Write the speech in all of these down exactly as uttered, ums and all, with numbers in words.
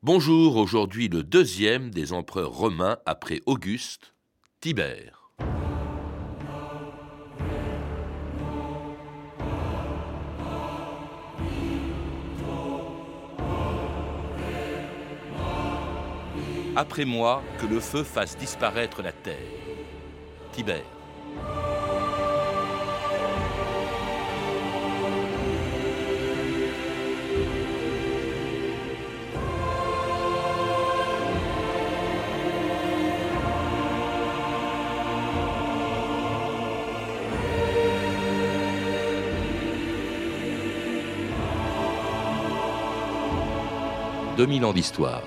Bonjour, aujourd'hui le deuxième des empereurs romains après Auguste, Tibère. Après moi, que le feu fasse disparaître la terre. Tibère. deux mille ans d'histoire.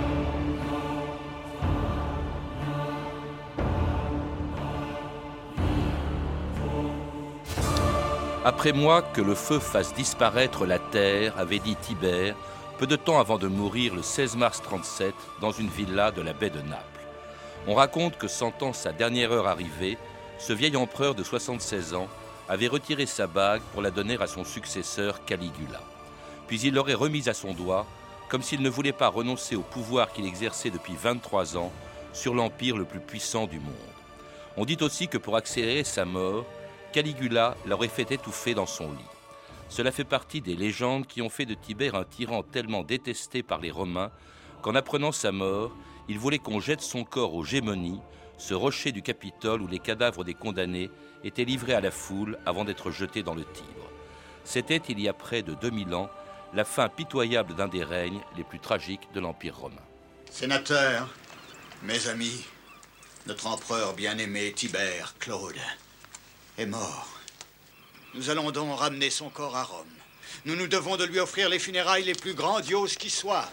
Après moi, que le feu fasse disparaître la terre, avait dit Tibère, peu de temps avant de mourir le seize mars trente-sept, dans une villa de la baie de Naples. On raconte que, sentant sa dernière heure arriver, ce vieil empereur de soixante-seize ans avait retiré sa bague pour la donner à son successeur Caligula. Puis il l'aurait remise à son doigt, comme s'il ne voulait pas renoncer au pouvoir qu'il exerçait depuis vingt-trois ans sur l'empire le plus puissant du monde. On dit aussi que pour accélérer sa mort, Caligula l'aurait fait étouffer dans son lit. Cela fait partie des légendes qui ont fait de Tibère un tyran tellement détesté par les Romains qu'en apprenant sa mort, il voulait qu'on jette son corps au Gémonies, ce rocher du Capitole où les cadavres des condamnés étaient livrés à la foule avant d'être jetés dans le Tibre. C'était, il y a près de deux mille ans, la fin pitoyable d'un des règnes les plus tragiques de l'Empire romain. Sénateurs, mes amis, notre empereur bien-aimé Tibère Claude est mort. Nous allons donc ramener son corps à Rome. Nous nous devons de lui offrir les funérailles les plus grandioses qui soient.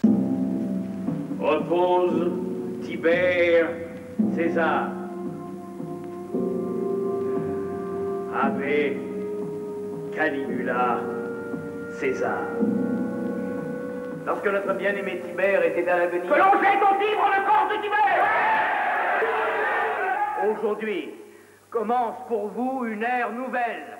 Repose Tibère César. Ave Caligula César. Lorsque notre bien-aimé Tibère était à l'avenir... Que l'on jette au Tibre le corps de Tibère! Aujourd'hui, commence pour vous une ère nouvelle.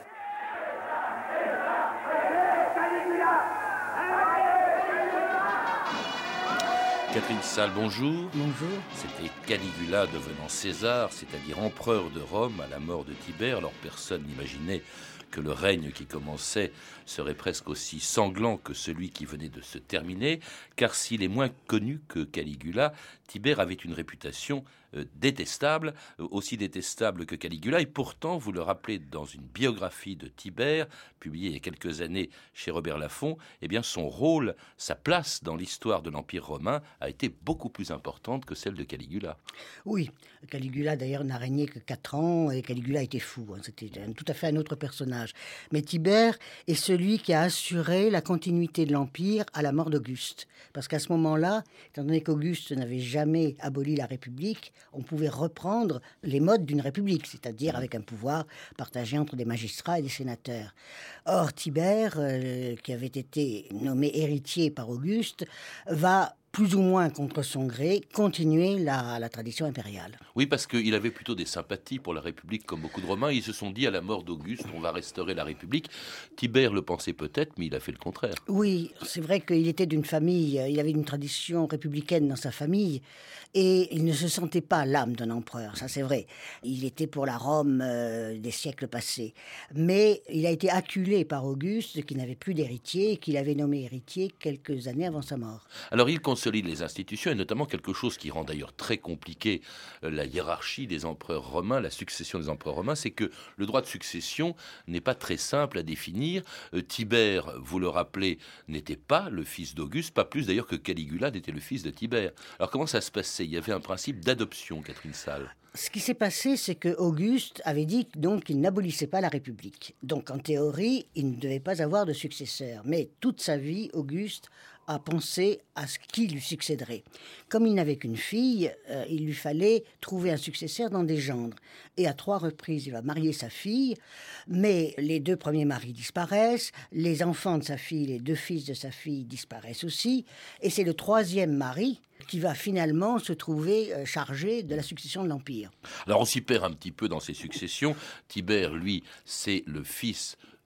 Catherine Salle, bonjour. Bonjour. C'était Caligula devenant César, c'est-à-dire empereur de Rome à la mort de Tibère. Alors personne n'imaginait que le règne qui commençait serait presque aussi sanglant que celui qui venait de se terminer, car s'il est moins connu que Caligula, Tibère avait une réputation euh, détestable, euh, aussi détestable que Caligula, et pourtant, vous le rappelez dans une biographie de Tibère, publiée il y a quelques années chez Robert Laffont, eh bien son rôle, sa place dans l'histoire de l'Empire romain a été beaucoup plus importante que celle de Caligula. Oui, Caligula d'ailleurs n'a régné que quatre ans, et Caligula était fou, hein, c'était un, tout à fait un autre personnage. Mais Tibère est celui qui a assuré la continuité de l'Empire à la mort d'Auguste. Parce qu'à ce moment-là, étant donné qu'Auguste n'avait jamais aboli la République, on pouvait reprendre les modes d'une République, c'est-à-dire avec un pouvoir partagé entre des magistrats et des sénateurs. Or, Tibère, euh, qui avait été nommé héritier par Auguste, va plus ou moins contre son gré, continuer la, la tradition impériale. Oui, parce qu'il avait plutôt des sympathies pour la République, comme beaucoup de Romains. Ils se sont dit, à la mort d'Auguste, on va restaurer la République. Tibère le pensait peut-être, mais il a fait le contraire. Oui, c'est vrai qu'il était d'une famille, il avait une tradition républicaine dans sa famille, et il ne se sentait pas l'âme d'un empereur, ça c'est vrai. Il était pour la Rome euh, des siècles passés. Mais il a été acculé par Auguste, qui n'avait plus d'héritier, et qu'il avait nommé héritier quelques années avant sa mort. Alors il consolide les institutions, et notamment quelque chose qui rend d'ailleurs très compliqué euh, la hiérarchie des empereurs romains, la succession des empereurs romains, c'est que le droit de succession n'est pas très simple à définir. Euh, Tibère, vous le rappelez, n'était pas le fils d'Auguste, pas plus d'ailleurs que Caligula n'était le fils de Tibère. Alors comment ça se passait ? Il y avait un principe d'adoption, Catherine Salle. Ce qui s'est passé, c'est que Auguste avait dit donc qu'il n'abolissait pas la République. Donc en théorie, il ne devait pas avoir de successeur. Mais toute sa vie, Auguste a pensé à ce qui lui succéderait. Comme il n'avait qu'une fille, euh, il lui fallait trouver un successeur dans des gendres. Et à trois reprises, il va marier sa fille, mais les deux premiers maris disparaissent, les enfants de sa fille, les deux fils de sa fille disparaissent aussi, et c'est le troisième mari qui va finalement se trouver euh, chargé de la succession de l'Empire. Alors on s'y perd un petit peu dans ces successions. Tibère, lui, c'est le fils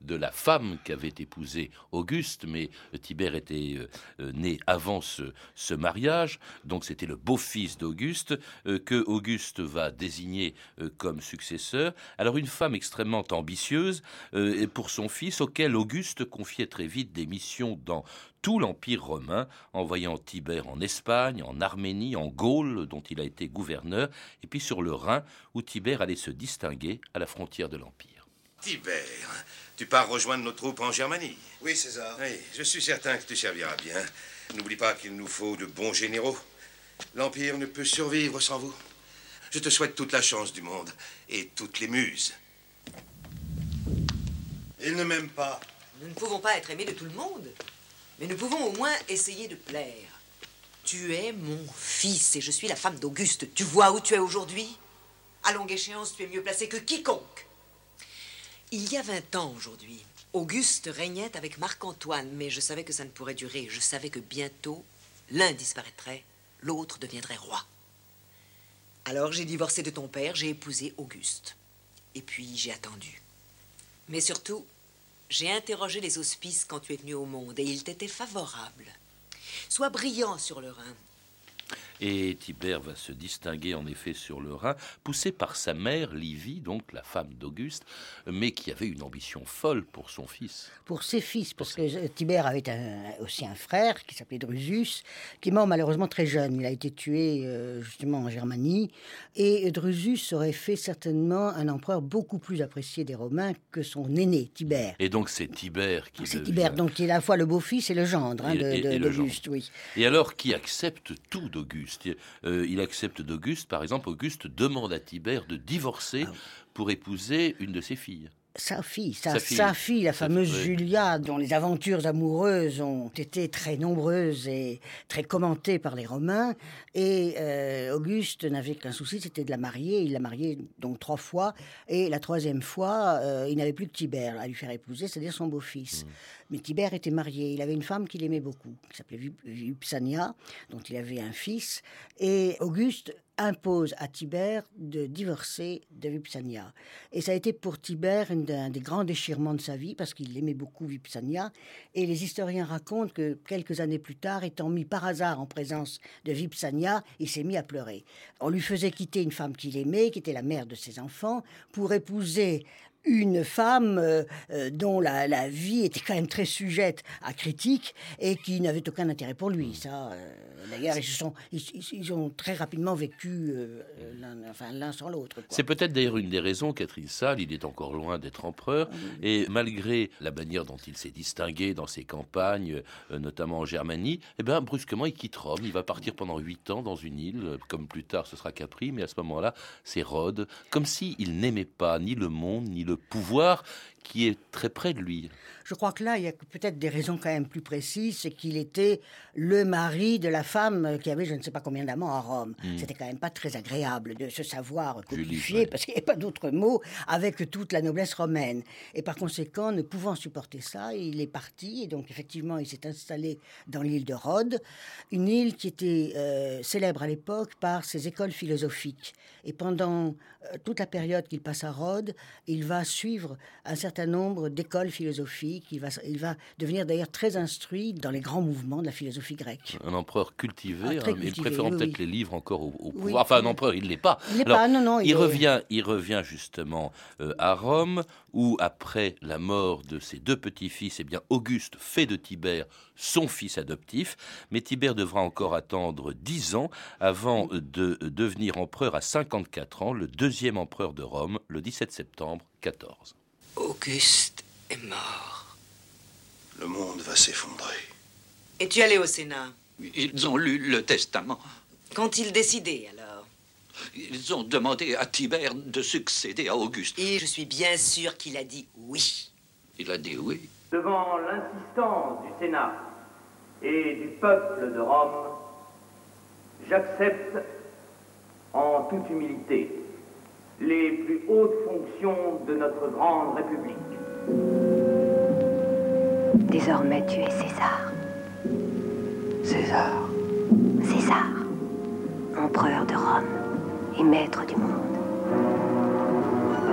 de la femme qu'avait épousée Auguste, mais Tibère était euh, né avant ce, ce mariage, donc c'était le beau-fils d'Auguste euh, que Auguste va désigner euh, comme successeur. Alors une femme extrêmement ambitieuse euh, pour son fils, auquel Auguste confiait très vite des missions dans tout l'Empire romain, envoyant Tibère en Espagne, en Arménie, en Gaule, dont il a été gouverneur, et puis sur le Rhin, où Tibère allait se distinguer à la frontière de l'Empire. Tibère, tu pars rejoindre nos troupes en Germanie. Oui, César. Oui, je suis certain que tu serviras bien. N'oublie pas qu'il nous faut de bons généraux. L'Empire ne peut survivre sans vous. Je te souhaite toute la chance du monde et toutes les muses. Il ne m'aime pas. Nous ne pouvons pas être aimés de tout le monde, mais nous pouvons au moins essayer de plaire. Tu es mon fils et je suis la femme d'Auguste. Tu vois où tu es aujourd'hui? À longue échéance, tu es mieux placé que quiconque. Il y a vingt ans aujourd'hui, Auguste régnait avec Marc-Antoine, mais je savais que ça ne pourrait durer. Je savais que bientôt, l'un disparaîtrait, l'autre deviendrait roi. Alors j'ai divorcé de ton père, j'ai épousé Auguste. Et puis j'ai attendu. Mais surtout, j'ai interrogé les auspices quand tu es venu au monde et ils t'étaient favorables. Sois brillant sur le Rhin. Et Tibère va se distinguer en effet sur le Rhin, poussé par sa mère, Livie, donc la femme d'Auguste, mais qui avait une ambition folle pour son fils. Pour ses fils, parce que Tibère avait un, aussi un frère qui s'appelait Drusus, qui est mort malheureusement très jeune. Il a été tué euh, justement en Germanie. Et Drusus aurait fait certainement un empereur beaucoup plus apprécié des Romains que son aîné, Tibère. Et donc c'est Tibère qui C'est devient... Tibère, donc qui est à la fois le beau-fils et le gendre hein, Et- de- et- de- et le d'Auguste. gendre. Oui. Et alors, qui accepte tout d'Auguste? Euh, Il accepte d'Auguste, par exemple, Auguste demande à Tibère de divorcer Ah. pour épouser une de ses filles. Sa fille, sa, Sa sa fille. fille, la Sa fameuse fille, oui. Julia, dont les aventures amoureuses ont été très nombreuses et très commentées par les Romains. Et euh, Auguste n'avait qu'un souci, c'était de la marier. Il l'a mariée donc trois fois. Et la troisième fois, euh, il n'avait plus que Tibère à lui faire épouser, c'est-à-dire son beau-fils. Mais Tibère était marié. Il avait une femme qu'il aimait beaucoup, qui s'appelait Vip- Vipsania, dont il avait un fils. Et Auguste impose à Tibère de divorcer de Vipsania. Et ça a été pour Tibère une- un des grands déchirements de sa vie, parce qu'il aimait beaucoup Vipsania. Et les historiens racontent que quelques années plus tard, étant mis par hasard en présence de Vipsania, il s'est mis à pleurer. On lui faisait quitter une femme qu'il aimait, qui était la mère de ses enfants, pour épouser une femme euh, euh, dont la, la vie était quand même très sujette à critique et qui n'avait aucun intérêt pour lui. Ça, euh, d'ailleurs, ils, se sont, ils, ils- ils ont très rapidement vécu euh, l'un, enfin, l'un sans l'autre. quoi. C'est peut-être d'ailleurs une des raisons, Catherine Salle, il est encore loin d'être empereur, et malgré la manière dont il s'est distingué dans ses campagnes, euh, notamment en Germanie, eh bien, brusquement, il quitte Rome, il va partir pendant huit ans dans une île, euh, comme plus tard ce sera Capri, mais à ce moment-là, c'est Rhodes, comme s'il n'aimait pas ni le monde, ni le pouvoir qui est très près de lui. Je crois que là, il y a peut-être des raisons quand même plus précises. C'est qu'il était le mari de la femme qui avait je ne sais pas combien d'amants à Rome. C'était quand même pas très agréable de se savoir Julie, codifié, ouais. parce qu'il n'y avait pas d'autre mot, avec toute la noblesse romaine. Et par conséquent, ne pouvant supporter ça, il est parti. Et donc, effectivement, il s'est installé dans l'île de Rhodes, une île qui était euh, célèbre à l'époque par ses écoles philosophiques. Et pendant euh, toute la période qu'il passe à Rhodes, il va suivre un certain nombre d'écoles philosophiques. Il va, il va devenir d'ailleurs très instruit dans les grands mouvements de la philosophie grecque. Un empereur cultivé, Ah, très hein, mais cultivé, préférant oui, peut-être oui. les livres encore au, au Oui, pouvoir. Enfin, un oui. empereur, il ne l'est pas. Il l'est Alors, pas, non, non, il il, est- revient, il revient justement euh, à Rome, où après la mort de ses deux petits-fils, eh bien, Auguste fait de Tibère son fils adoptif, mais Tibère devra encore attendre dix ans avant de devenir empereur à cinquante-quatre ans, le deuxième empereur de Rome, le dix-sept septembre quatorze. Auguste est mort. Le monde va s'effondrer. Es-tu allé au Sénat? Ils ont lu le testament. Qu'ont-ils décidé alors? Ils ont demandé à Tibère de succéder à Auguste. Et je suis bien sûr qu'il a dit oui. Il a dit oui. Devant l'insistance du Sénat et du peuple de Rome, j'accepte en toute humilité les plus hautes fonctions de notre grande République. Désormais, tu es César. César. César, empereur de Rome et maître du monde.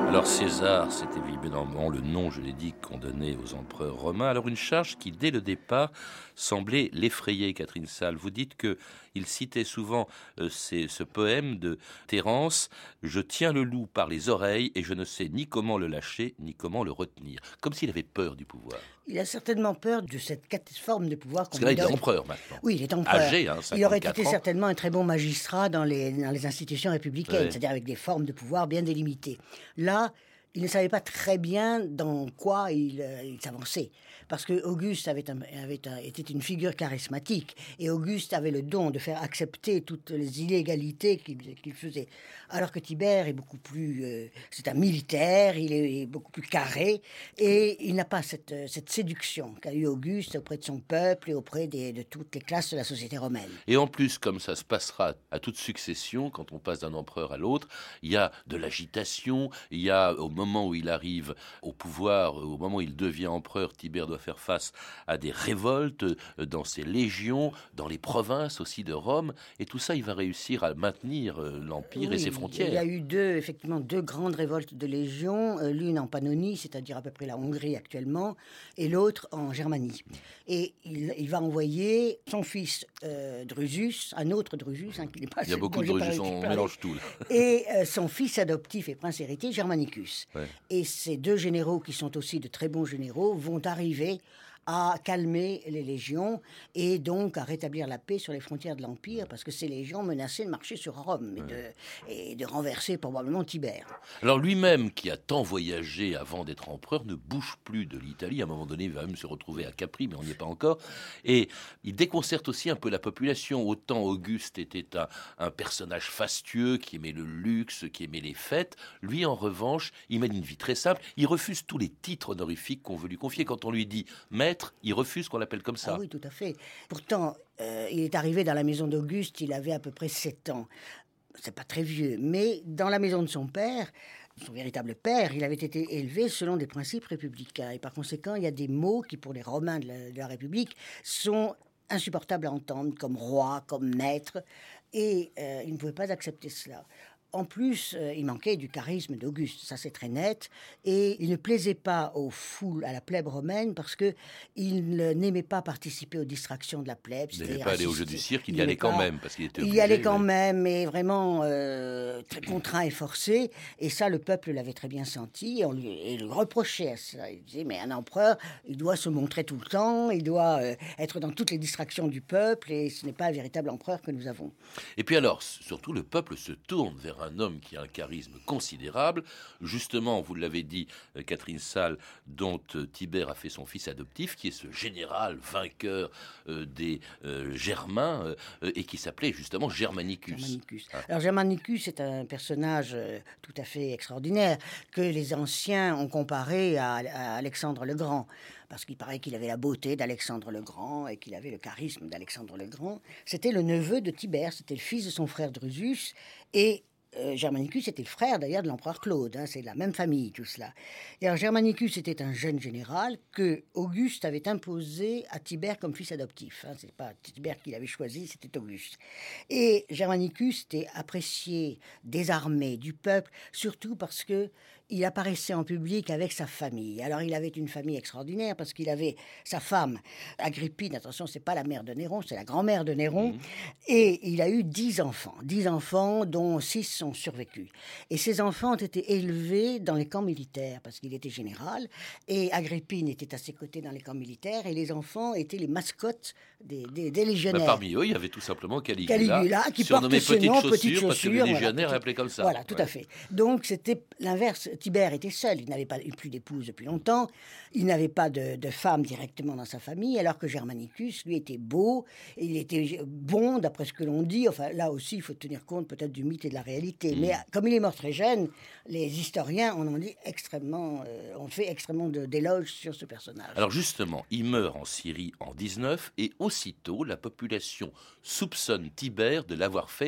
Alors César, c'est évidemment le nom, je l'ai dit, qu'on donnait aux empereurs romains. Alors une charge qui, dès le départ, semblait l'effrayer, Catherine Salle. Vous dites qu'il citait souvent euh, ces, ce poème de Terence, « Je tiens le loup par les oreilles et je ne sais ni comment le lâcher, ni comment le retenir », comme s'il avait peur du pouvoir. Il a certainement peur de cette forme de pouvoir qu'on Parce que là, lui il est donne. empereur maintenant. Oui, il est empereur. Âgé, hein, il aurait été ans. certainement un très bon magistrat dans les, dans les institutions républicaines, Ouais. c'est-à-dire avec des formes de pouvoir bien délimitées. Là, il ne savait pas très bien dans quoi il, euh, il s'avançait. Parce que Auguste avait un, avait un, était une figure charismatique. Et Auguste avait le don de faire accepter toutes les illégalités qu'il, qu'il faisait. Alors que Tibère est beaucoup plus... Euh, c'est un militaire, il est beaucoup plus carré. Et il n'a pas cette, cette séduction qu'a eu Auguste auprès de son peuple et auprès des, de toutes les classes de la société romaine. Et en plus, comme ça se passera à toute succession, quand on passe d'un empereur à l'autre, il y a de l'agitation, il y a, au moment où il arrive au pouvoir, au moment où il devient empereur, Tibère doit faire face à des révoltes dans ses légions, dans les provinces aussi de Rome, et tout ça, il va réussir à maintenir l'Empire oui, et ses frontières. Il y a eu deux, effectivement, deux grandes révoltes de légions, l'une en Pannonie, c'est-à-dire à peu près la Hongrie actuellement, et l'autre en Germanie. Et il, il va envoyer son fils euh, Drusus, un autre Drusus, hein, qui n'est pas... Il y a beaucoup de Drusus, on mélange tout. Là. Et euh, son fils adoptif et prince héritier, Germanicus. Ouais. Et ces deux généraux, qui sont aussi de très bons généraux, vont arriver à calmer les légions et donc à rétablir la paix sur les frontières de l'Empire, parce que ces légions menaçaient de marcher sur Rome et, ouais. de, et de renverser probablement Tibère. Alors lui-même, qui a tant voyagé avant d'être empereur, ne bouge plus de l'Italie. À un moment donné, il va même se retrouver à Capri, mais on n'y est pas encore. Et il déconcerte aussi un peu la population. Autant Auguste était un, un personnage fastueux, qui aimait le luxe, qui aimait les fêtes. Lui, en revanche, il mène une vie très simple. Il refuse tous les titres honorifiques qu'on veut lui confier. Quand on lui dit « maître », il refuse qu'on l'appelle comme ça. Ah oui, tout à fait. Pourtant, euh, il est arrivé dans la maison d'Auguste, il avait à peu près sept ans. C'est pas très vieux, mais dans la maison de son père, son véritable père, il avait été élevé selon des principes républicains. Et par conséquent, il y a des mots qui, pour les Romains de la, de la République, sont insupportables à entendre, comme roi, comme maître. Et euh, il ne pouvait pas accepter cela. En plus, euh, il manquait du charisme d'Auguste, ça c'est très net, et il ne plaisait pas aux foules, à la plèbe romaine, parce que il n'aimait pas participer aux distractions de la plèbe. Il n'allait pas aller au jeu du cirque, il y il allait quand pas, même, parce qu'il était obligé. Il y allait quand mais... même, mais vraiment euh, très contraint et forcé, et ça le peuple l'avait très bien senti, et on lui, et lui reprochait à ça. Il disait, mais un empereur, il doit se montrer tout le temps, il doit euh, être dans toutes les distractions du peuple, et ce n'est pas un véritable empereur que nous avons. Et puis alors, surtout, le peuple se tourne vers un homme qui a un charisme considérable, justement, vous l'avez dit, Catherine Salle, dont euh, Tibère a fait son fils adoptif, qui est ce général vainqueur euh, des euh, Germains, euh, et qui s'appelait justement Germanicus. Germanicus. Ah. Alors Germanicus est un personnage euh, tout à fait extraordinaire, que les anciens ont comparé à, à Alexandre le Grand, parce qu'il paraît qu'il avait la beauté d'Alexandre le Grand et qu'il avait le charisme d'Alexandre le Grand. C'était le neveu de Tibère, c'était le fils de son frère Drusus, et Euh, Germanicus était le frère d'ailleurs de l'empereur Claude, hein, c'est de la même famille tout cela. Et alors Germanicus était un jeune général que Auguste avait imposé à Tibère comme fils adoptif. Hein, c'est pas Tibère qui l'avait choisi, c'était Auguste. Et Germanicus était apprécié des armées, du peuple, surtout parce que il apparaissait en public avec sa famille. Alors il avait une famille extraordinaire parce qu'il avait sa femme, Agrippine, attention, c'est pas la mère de Néron, c'est la grand-mère de Néron, mmh. et il a eu dix enfants, dix enfants dont six ont survécu. Et ces enfants ont été élevés dans les camps militaires parce qu'il était général, et Agrippine était à ses côtés dans les camps militaires, et les enfants étaient les mascottes des, des, des légionnaires. Bah parmi eux, il y avait tout simplement Caligula, Caligula qui porte ce petite nom, chaussure, petite chaussure, parce que les légionnaires voilà, appelaient comme ça. Voilà, tout ouais. à fait. Donc c'était l'inverse. Tibère était seul, il n'avait pas eu plus d'épouse depuis longtemps, il n'avait pas de, de femme directement dans sa famille, alors que Germanicus, lui, était beau, il était bon, d'après ce que l'on dit. Enfin, là aussi, il faut tenir compte peut-être du mythe et de la réalité. Mmh. Mais comme il est mort très jeune, les historiens en ont dit extrêmement, euh, ont fait extrêmement de, d'éloges sur ce personnage. Alors justement, il meurt en Syrie en dix-neuf, et aussitôt, la population soupçonne Tibère de l'avoir fait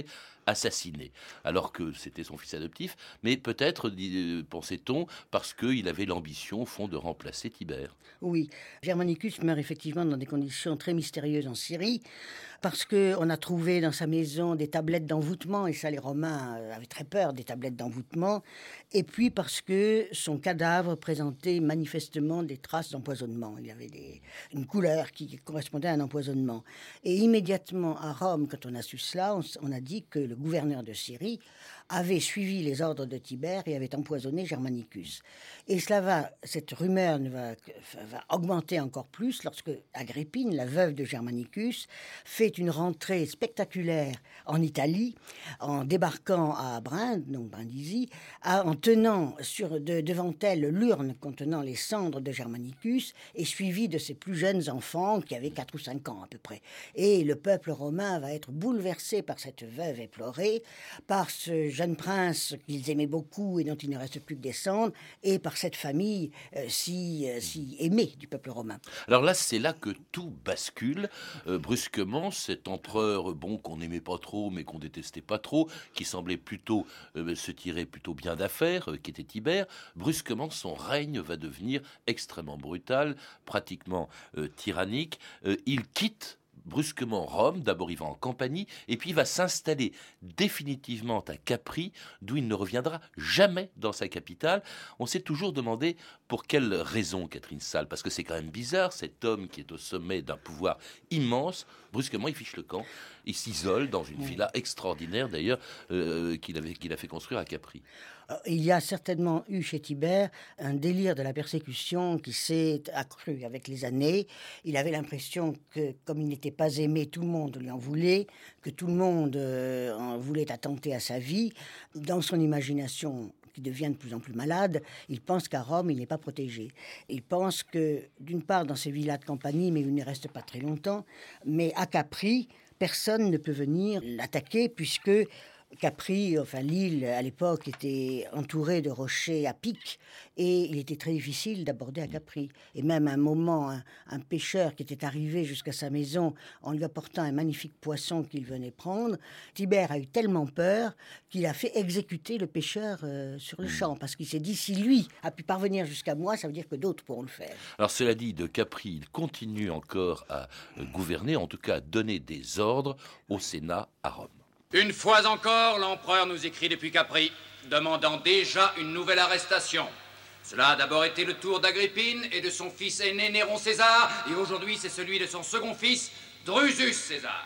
assassiné, alors que c'était son fils adoptif, mais peut-être, dit- pensait-on, parce qu'il avait l'ambition, au fond, de remplacer Tibère. Oui, Germanicus meurt effectivement dans des conditions très mystérieuses en Syrie, parce qu'on a trouvé dans sa maison des tablettes d'envoûtement, et ça les Romains euh, avaient très peur des tablettes d'envoûtement, et puis parce que son cadavre présentait manifestement des traces d'empoisonnement. Il y avait des, une couleur qui correspondait à un empoisonnement. Et immédiatement à Rome, quand on a su cela, on, on a dit que le gouverneur de Syrie avait suivi les ordres de Tibère et avait empoisonné Germanicus. Et cela va, cette rumeur va, va augmenter encore plus lorsque Agrippine, la veuve de Germanicus, fait une rentrée spectaculaire en Italie, en débarquant à Brinde, donc Brindisi, à- en tenant sur, de, devant elle l'urne contenant les cendres de Germanicus, et suivie de ses plus jeunes enfants, qui avaient quatre ou cinq ans à peu près. Et le peuple romain va être bouleversé par cette veuve éplorée, par ce jeune prince qu'ils aimaient beaucoup et dont il ne reste plus que des cendres, et par cette famille euh, si, euh, si aimée du peuple romain. Alors là, c'est là que tout bascule. Euh, brusquement, cet empereur, bon, qu'on n'aimait pas trop, mais qu'on détestait pas trop, qui semblait plutôt euh, se tirer plutôt bien d'affaires, euh, qui était Tibère, brusquement, son règne va devenir extrêmement brutal, pratiquement euh, tyrannique. Euh, il quitte brusquement Rome, d'abord il va en Campanie, et puis il va s'installer définitivement à Capri, d'où il ne reviendra jamais dans sa capitale. On s'est toujours demandé pour quelle raison, Catherine Salle, parce que c'est quand même bizarre, cet homme qui est au sommet d'un pouvoir immense, brusquement il fiche le camp, il s'isole dans une villa extraordinaire d'ailleurs, euh, qu'il avait, qu'il a fait construire à Capri. Il y a certainement eu chez Tibère un délire de la persécution qui s'est accru avec les années. Il avait l'impression que, comme il n'était pas aimé, tout le monde lui en voulait, que tout le monde euh, en voulait attenter à sa vie. Dans son imagination, qui devient de plus en plus malade, il pense qu'à Rome, il n'est pas protégé. Il pense que, d'une part, dans ces villas de Campanie, mais il ne reste pas très longtemps, mais à Capri, personne ne peut venir l'attaquer puisque Capri, enfin l'île à l'époque était entourée de rochers à pic et il était très difficile d'aborder à Capri. Et même à un moment, un, un pêcheur qui était arrivé jusqu'à sa maison en lui apportant un magnifique poisson qu'il venait prendre, Tibère a eu tellement peur qu'il a fait exécuter le pêcheur euh, sur le champ parce qu'il s'est dit si lui a pu parvenir jusqu'à moi, ça veut dire que d'autres pourront le faire. Alors cela dit, de Capri, il continue encore à euh, gouverner, en tout cas à donner des ordres au Sénat à Rome. Une fois encore, l'empereur nous écrit depuis Capri, demandant déjà une nouvelle arrestation. Cela a d'abord été le tour d'Agrippine et de son fils aîné Néron César, et aujourd'hui c'est celui de son second fils, Drusus César.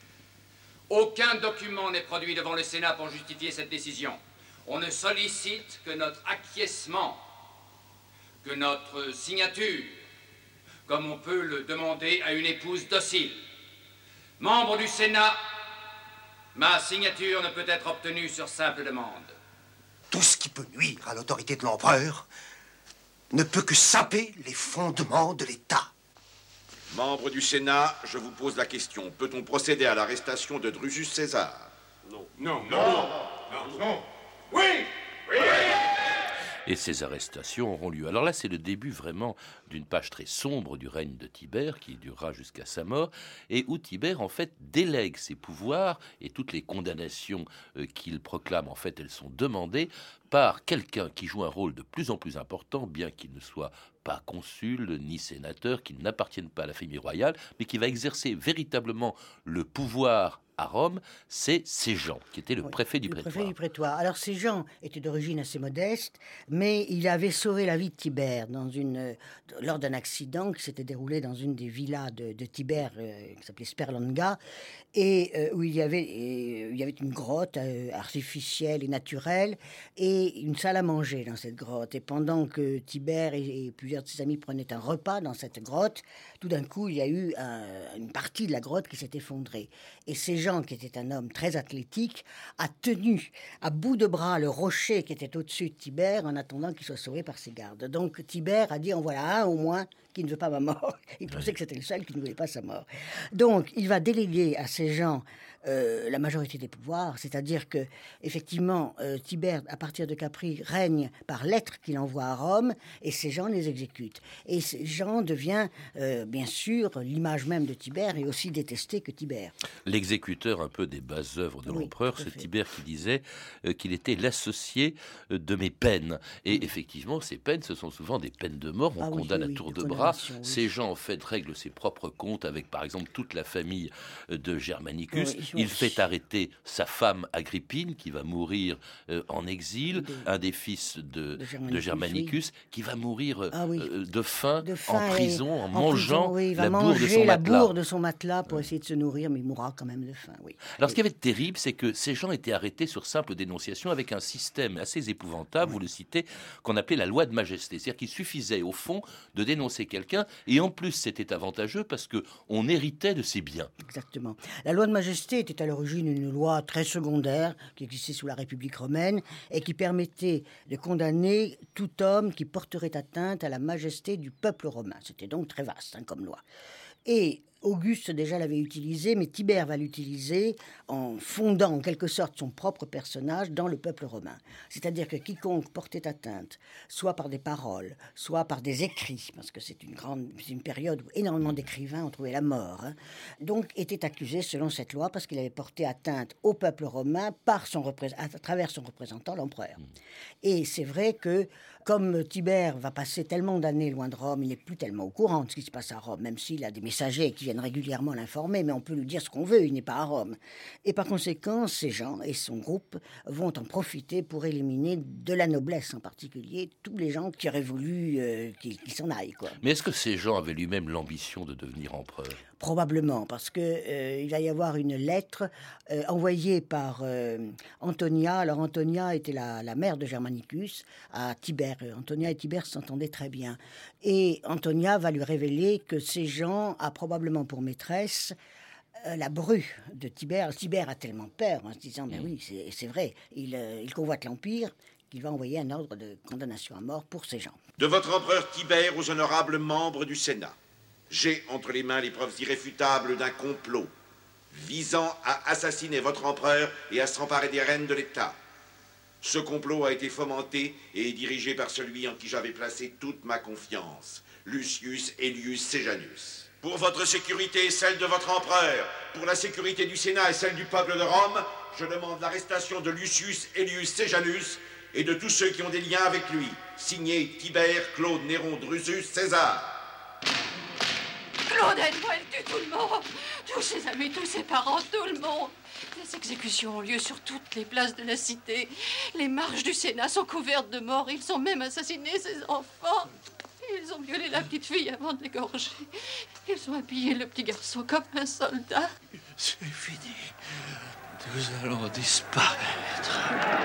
Aucun document n'est produit devant le Sénat pour justifier cette décision. On ne sollicite que notre acquiescement, que notre signature, comme on peut le demander à une épouse docile. Membre du Sénat, ma signature ne peut être obtenue sur simple demande. Tout ce qui peut nuire à l'autorité de l'empereur ne peut que saper les fondements de l'État. Membre du Sénat, je vous pose la question. Peut-on procéder à l'arrestation de Drusus César? Non. Non. Non. Non. Non. Oui. Oui. Et ces arrestations auront lieu. Alors là, c'est le début vraiment d'une page très sombre du règne de Tibère, qui durera jusqu'à sa mort, et où Tibère, en fait, délègue ses pouvoirs, et toutes les condamnations euh, qu'il proclame, en fait, elles sont demandées par quelqu'un qui joue un rôle de plus en plus important, bien qu'il ne soit pas consul ni sénateur, qu'il n'appartienne pas à la famille royale, mais qui va exercer véritablement le pouvoir à Rome, c'est Séjan, qui était le Oui, préfet du le prétoire. préfet du prétoire. Alors Séjan était d'origine assez modeste, mais il avait sauvé la vie de Tibère dans une, lors d'un accident qui s'était déroulé dans une des villas de, de Tibère, euh, qui s'appelait Sperlonga, et euh, où il y avait, euh, il y avait une grotte euh, artificielle et naturelle, et une salle à manger dans cette grotte. Et pendant que Tibère et, et plusieurs de ses amis prenaient un repas dans cette grotte, tout d'un coup, il y a eu un, une partie de la grotte qui s'est effondrée. Et Séjan, qui était un homme très athlétique, a tenu à bout de bras le rocher qui était au-dessus de Tibère en attendant qu'il soit sauvé par ses gardes. Donc Tibère a dit, en voilà un au moins qui ne veut pas ma mort. Il pensait que c'était le seul qui ne voulait pas sa mort. Donc, il va déléguer à ces gens euh, la majorité des pouvoirs, c'est-à-dire que, effectivement, euh, Tibère, à partir de Capri, règne par lettres qu'il envoie à Rome, et ces gens les exécutent. Et ces gens devient, euh, bien sûr, l'image même de Tibère, et aussi détesté que Tibère. L'exécuteur un peu des basses œuvres de Oui, l'empereur, c'est Tibère qui disait euh, qu'il était l'associé euh, de mes peines. Et effectivement, ces peines, ce sont souvent des peines de mort. On Ah oui, condamne oui, à tour de de bras. condamnation, oui. Ces gens, en fait, règlent ses propres comptes avec, par exemple, toute la famille euh, de Germanicus. Oui, oui. Il fait arrêter sa femme Agrippine, qui va mourir euh, en exil, De- un des fils de, de Germanicus, de Germanicus, qui va mourir euh, Ah oui. euh, de faim, De en faim et- prison, en, en mangeant prison, oui, il va la bourre de manger son la matelas. bourre de son matelas pour essayer de se nourrir, mais il mourra quand même de faim, oui. Alors, ce qui avait de terrible, c'est que ces gens étaient arrêtés sur simple dénonciation avec un système assez épouvantable, vous le citez, qu'on appelait la loi de majesté. C'est-à-dire qu'il suffisait, au fond, de dénoncer quelqu'un, et en plus, c'était avantageux parce qu'on héritait de ses biens. Exactement. La loi de majesté était à l'origine une loi très secondaire qui existait sous la République romaine et qui permettait de condamner tout homme qui porterait atteinte à la majesté du peuple romain. C'était donc très vaste hein, comme loi. Et Auguste déjà l'avait utilisé, mais Tibère va l'utiliser en fondant en quelque sorte son propre personnage dans le peuple romain. C'est-à-dire que quiconque portait atteinte, soit par des paroles, soit par des écrits, parce que c'est une grande, c'est une période où énormément d'écrivains ont trouvé la mort, hein, donc était accusé selon cette loi parce qu'il avait porté atteinte au peuple romain par son repré- à travers son représentant, l'empereur. Et c'est vrai que comme Tibère va passer tellement d'années loin de Rome, il n'est plus tellement au courant de ce qui se passe à Rome, même s'il a des messagers qui viennent régulièrement l'informer, mais on peut lui dire ce qu'on veut, il n'est pas à Rome. Et par conséquent, ces gens et son groupe vont en profiter pour éliminer de la noblesse en particulier tous les gens qui auraient voulu euh, qu'ils qu'ils s'en aillent, quoi. Mais est-ce que ces gens avaient lui-même l'ambition de devenir empereur ? Probablement, parce que euh, il va y avoir une lettre euh, envoyée par euh, Antonia. Alors Antonia était la, la mère de Germanicus à Tibère. Antonia et Tibère s'entendaient très bien. Et Antonia va lui révéler que ces gens a probablement pour maîtresse euh, la bru de Tibère. Tibère a tellement peur en se disant, mais oui, c'est, c'est vrai, il, euh, il convoite l'Empire, qu'il va envoyer un ordre de condamnation à mort pour ces gens. De votre empereur Tibère aux honorables membres du Sénat, j'ai entre les mains les preuves irréfutables d'un complot visant à assassiner votre empereur et à s'emparer des rênes de l'État. Ce complot a été fomenté et est dirigé par celui en qui j'avais placé toute ma confiance, Lucius Aelius Sejanus. Pour votre sécurité et celle de votre empereur, pour la sécurité du Sénat et celle du peuple de Rome, je demande l'arrestation de Lucius Aelius Sejanus et de tous ceux qui ont des liens avec lui. Signé Tibère, Claude, Néron, Drusus, César. Claude Edouard tue tout le monde, tous ses amis, tous ses parents, tout le monde. Les exécutions ont lieu sur toutes les places de la cité. Les marches du Sénat sont couvertes de morts. Ils ont même assassiné ses enfants. Ils ont violé la petite fille avant de l'égorger. Ils ont habillé le petit garçon comme un soldat. C'est fini. Nous allons disparaître.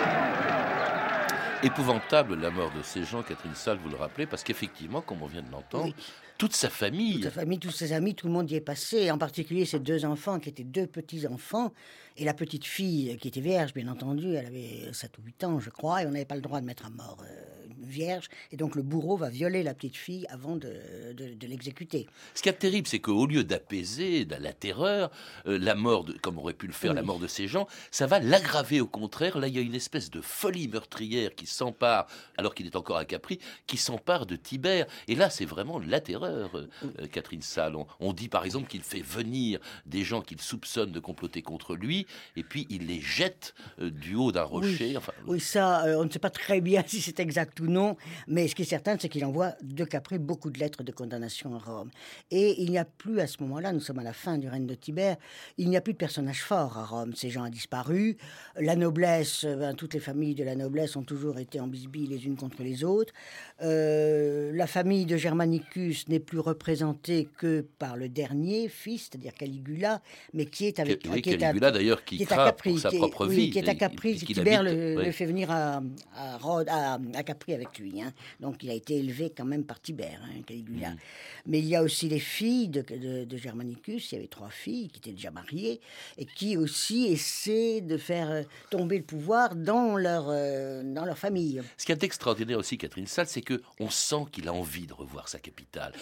Épouvantable la mort de ces gens, Catherine Salle, vous le rappelez, parce qu'effectivement, comme on vient de l'entendre, Oui. toute sa famille... Toute sa famille, tous ses amis, tout le monde y est passé, en particulier ses deux enfants qui étaient deux petits-enfants, et la petite fille qui était vierge, bien entendu, elle avait sept ou huit ans, je crois, et on n'avait pas le droit de mettre à mort euh, une vierge, et donc le bourreau va violer la petite fille avant de, de, de l'exécuter. Ce qui est terrible, c'est qu'au lieu d'apaiser la, la terreur, euh, la mort, de, comme aurait pu le faire Oui. la mort de ces gens, ça va l'aggraver au contraire. Là, il y a une espèce de folie meurtrière qui s'empare, alors qu'il est encore à Capri, qui s'empare de Tibère. Et là, c'est vraiment la terreur, euh, euh, Catherine Salle. On, on dit par exemple qu'il fait venir des gens qu'il soupçonne de comploter contre lui, et puis il les jette euh, du haut d'un rocher. Oui, Enfin, oui ça, euh, on ne sait pas très bien si c'est exact ou non, mais ce qui est certain, c'est qu'il envoie de Capri beaucoup de lettres de condamnation à Rome. Et il n'y a plus à ce moment-là, nous sommes à la fin du règne de Tibère, il n'y a plus de personnages forts à Rome. Ces gens ont disparu. La noblesse, euh, ben, toutes les familles de la noblesse ont toujours été en bisbille les unes contre les autres. Euh, la famille de Germanicus n'est plus représentée que par le dernier fils, c'est-à-dire Caligula, mais qui est avec... oui, qui est à- Caligula d'ailleurs qui, qui est à craint Capri, pour sa qui est- propre oui, vie. qui est à et- Capri, et qu'il Tibère habite, le, oui. le fait venir à, à, Rhodes, à, à Capri avec lui. Hein. Donc il a été élevé quand même par Tibère, hein, Caligula. Mm. Mais il y a aussi les filles de, de, de Germanicus, il y avait trois filles qui étaient déjà mariées, et qui aussi essaient de faire euh, tomber le pouvoir dans leur, euh, dans leur famille. Ce qui est extraordinaire aussi, Catherine Salle, c'est qu'on sent qu'il a envie de revoir sa capitale.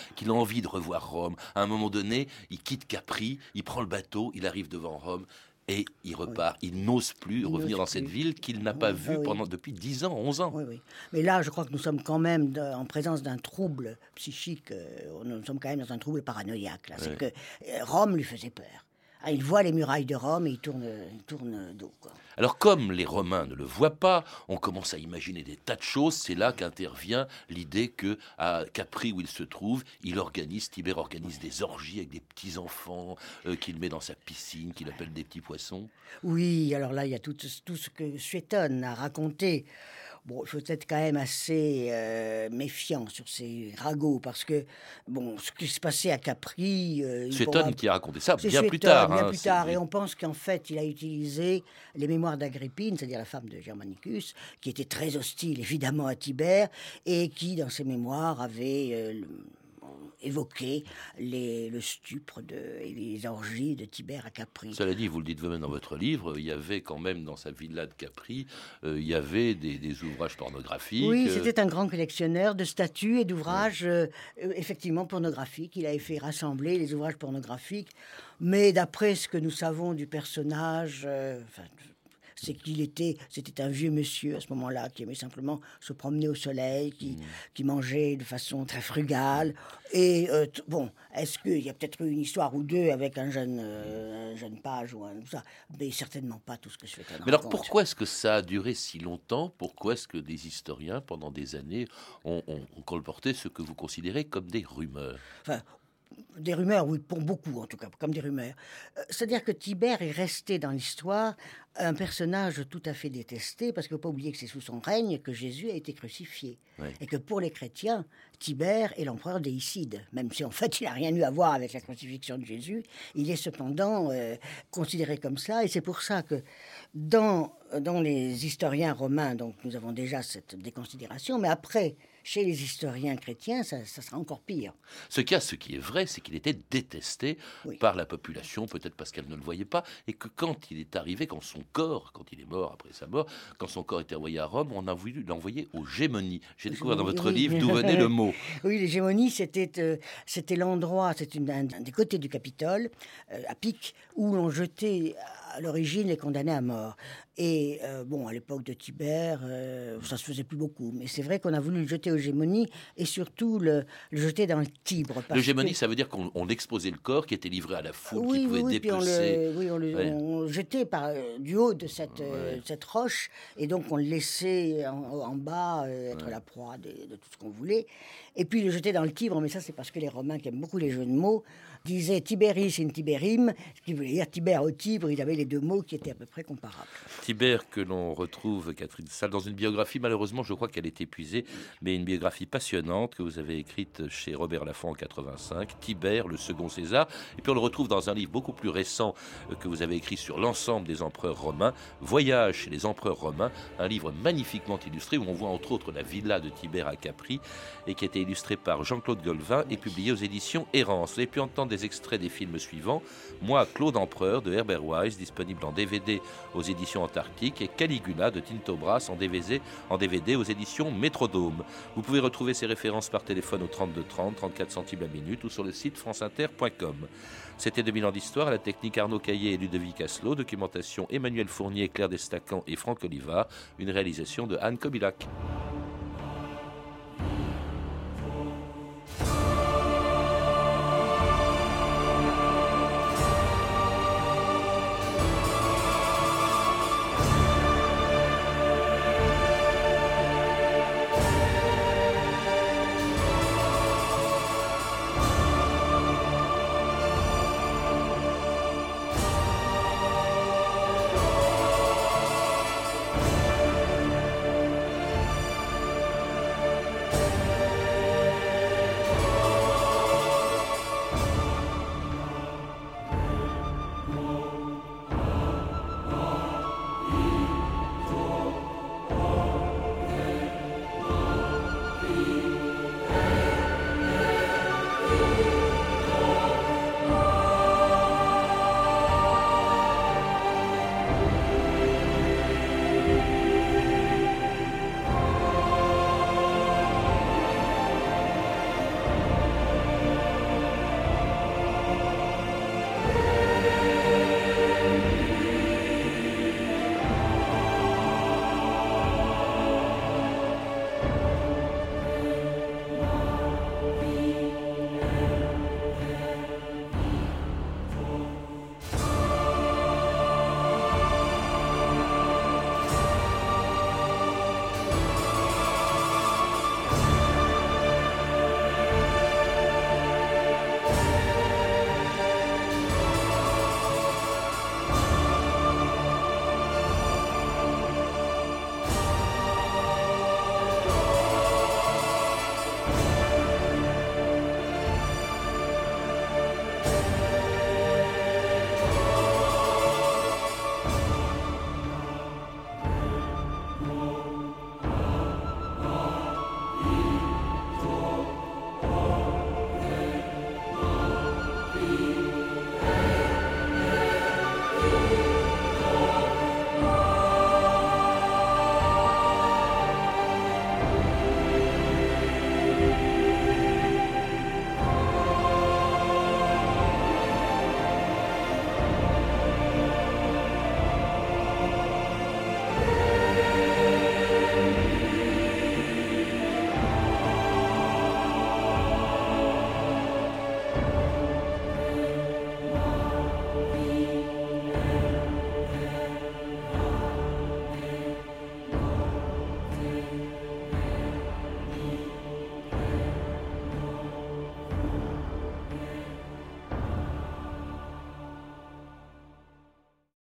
qu'il a envie de revoir Rome. À un moment donné, il quitte Capri, il prend le bateau, il arrive devant Rome. Et il repart. Oui. Il n'ose plus il revenir dans plus. cette ville qu'il n'a pas oui, vue oui. pendant depuis dix ans, onze ans. Oui, oui. Mais là, je crois que nous sommes quand même de, en présence d'un trouble psychique. Euh, nous sommes quand même dans un trouble paranoïaque. Là. Oui. C'est que euh, Rome lui faisait peur. Ah, il voit les murailles de Rome et il tourne, il tourne dos. Quoi. Alors, comme les Romains ne le voient pas, on commence à imaginer des tas de choses. C'est là qu'intervient l'idée que à Capri, où il se trouve, il organise, Tibère organise des orgies avec des petits-enfants euh, qu'il met dans sa piscine, qu'il appelle des petits poissons. Oui, alors là, il y a tout, tout ce que Suétone a raconté. Bon, il faut être quand même assez euh, méfiant sur ces ragots, parce que, bon, ce qui se passait à Capri... Euh, Suétone pourra... qui a raconté ça bien Suétone, plus tard. Bien hein, plus tard, et on pense qu'en fait, il a utilisé les mémoires d'Agrippine, c'est-à-dire la femme de Germanicus, qui était très hostile, évidemment, à Tibère, et qui, dans ses mémoires, avait... Euh, le... évoquer les, le stupre de, et les orgies de Tibère à Capri. Cela dit, vous le dites vous-même dans votre livre, il y avait quand même dans sa villa de Capri, euh, il y avait des, des ouvrages pornographiques. Oui, c'était un grand collectionneur de statues et d'ouvrages ouais. euh, effectivement pornographiques. Il avait fait rassembler les ouvrages pornographiques, mais d'après ce que nous savons du personnage... Euh, enfin, c'est qu'il était, c'était un vieux monsieur à ce moment-là qui aimait simplement se promener au soleil, qui, mmh. qui mangeait de façon très frugale. Et euh, t- bon, est-ce qu'il y a peut-être eu une histoire ou deux avec un jeune, euh, un jeune page ou un tout ça, mais certainement pas tout ce que je fais. Mais raconte. Alors pourquoi est-ce que ça a duré si longtemps ? Pourquoi est-ce que des historiens, pendant des années, ont, ont, ont colporté ce que vous considérez comme des rumeurs ? Enfin, des rumeurs, oui, pour beaucoup en tout cas, comme des rumeurs. Euh, c'est-à-dire que Tibère est resté dans l'histoire un personnage tout à fait détesté, parce qu'il ne faut pas oublier que c'est sous son règne que Jésus a été crucifié. Oui. Et que pour les chrétiens, Tibère est l'empereur déicide. Même si en fait il n'a rien eu à voir avec la crucifixion de Jésus, il est cependant euh, considéré comme ça. Et c'est pour ça que dans, dans les historiens romains, donc nous avons déjà cette déconsidération, mais après... Chez les historiens chrétiens, ça, ça sera encore pire. Ce cas, ce qui est vrai, c'est qu'il était détesté oui. par la population, peut-être parce qu'elle ne le voyait pas, et que quand il est arrivé, quand son corps, quand il est mort après sa mort, quand son corps était envoyé à Rome, on a voulu l'envoyer aux Gémonies. J'ai découvert dans votre oui. livre d'où venait le mot. Oui, les Gémonies, c'était, euh, c'était l'endroit, c'était une, un, un des côtés du Capitole, euh, à Pic, où l'on jetait à l'origine les condamnés à mort. Et euh, bon, à l'époque de Tibère, euh, ça se faisait plus beaucoup. Mais c'est vrai qu'on a voulu le jeter aux Gémonies et surtout le, le jeter dans le Tibre. Le Gémonies, que... ça veut dire qu'on on exposait le corps qui était livré à la foule, oui, qui pouvait oui, dépecer. On le, oui, on le, ouais. on le jetait par, euh, du haut de cette, ouais. euh, cette roche et donc on le laissait en, en bas euh, être ouais. la proie de, de tout ce qu'on voulait. Et puis le jeter dans le Tibre, mais ça c'est parce que les Romains qui aiment beaucoup les jeux de mots disaient Tiberis in Tiberim, ce qui voulait dire Tibère au Tibre. Ils avaient les deux mots qui étaient à peu près comparables. Tibère que l'on retrouve, Catherine Salle, dans une biographie, malheureusement je crois qu'elle est épuisée, mais une biographie passionnante que vous avez écrite chez Robert Laffont en quatre-vingt-cinq, Tibère, le second César, et puis on le retrouve dans un livre beaucoup plus récent que vous avez écrit sur l'ensemble des empereurs romains, Voyage chez les empereurs romains, un livre magnifiquement illustré où on voit entre autres la villa de Tibère à Capri et qui a été illustré par Jean-Claude Golvin et publié aux éditions Errance. Vous avez pu entendre des extraits des films suivants, Moi, Claude Empereur de Herbert Wise, disponible en D V D aux éditions Antarctique, et Caligula de Tinto Brass en D V D, en D V D aux éditions Métrodome. Vous pouvez retrouver ces références par téléphone au trente-deux trente, trente-quatre centimes la minute ou sur le site franceinter point com. C'était deux mille ans d'histoire, à la technique Arnaud Caillé et Ludovic Asselot, documentation Emmanuel Fournier, Claire Destacan et Franck Olivard, une réalisation de Anne Kobilac.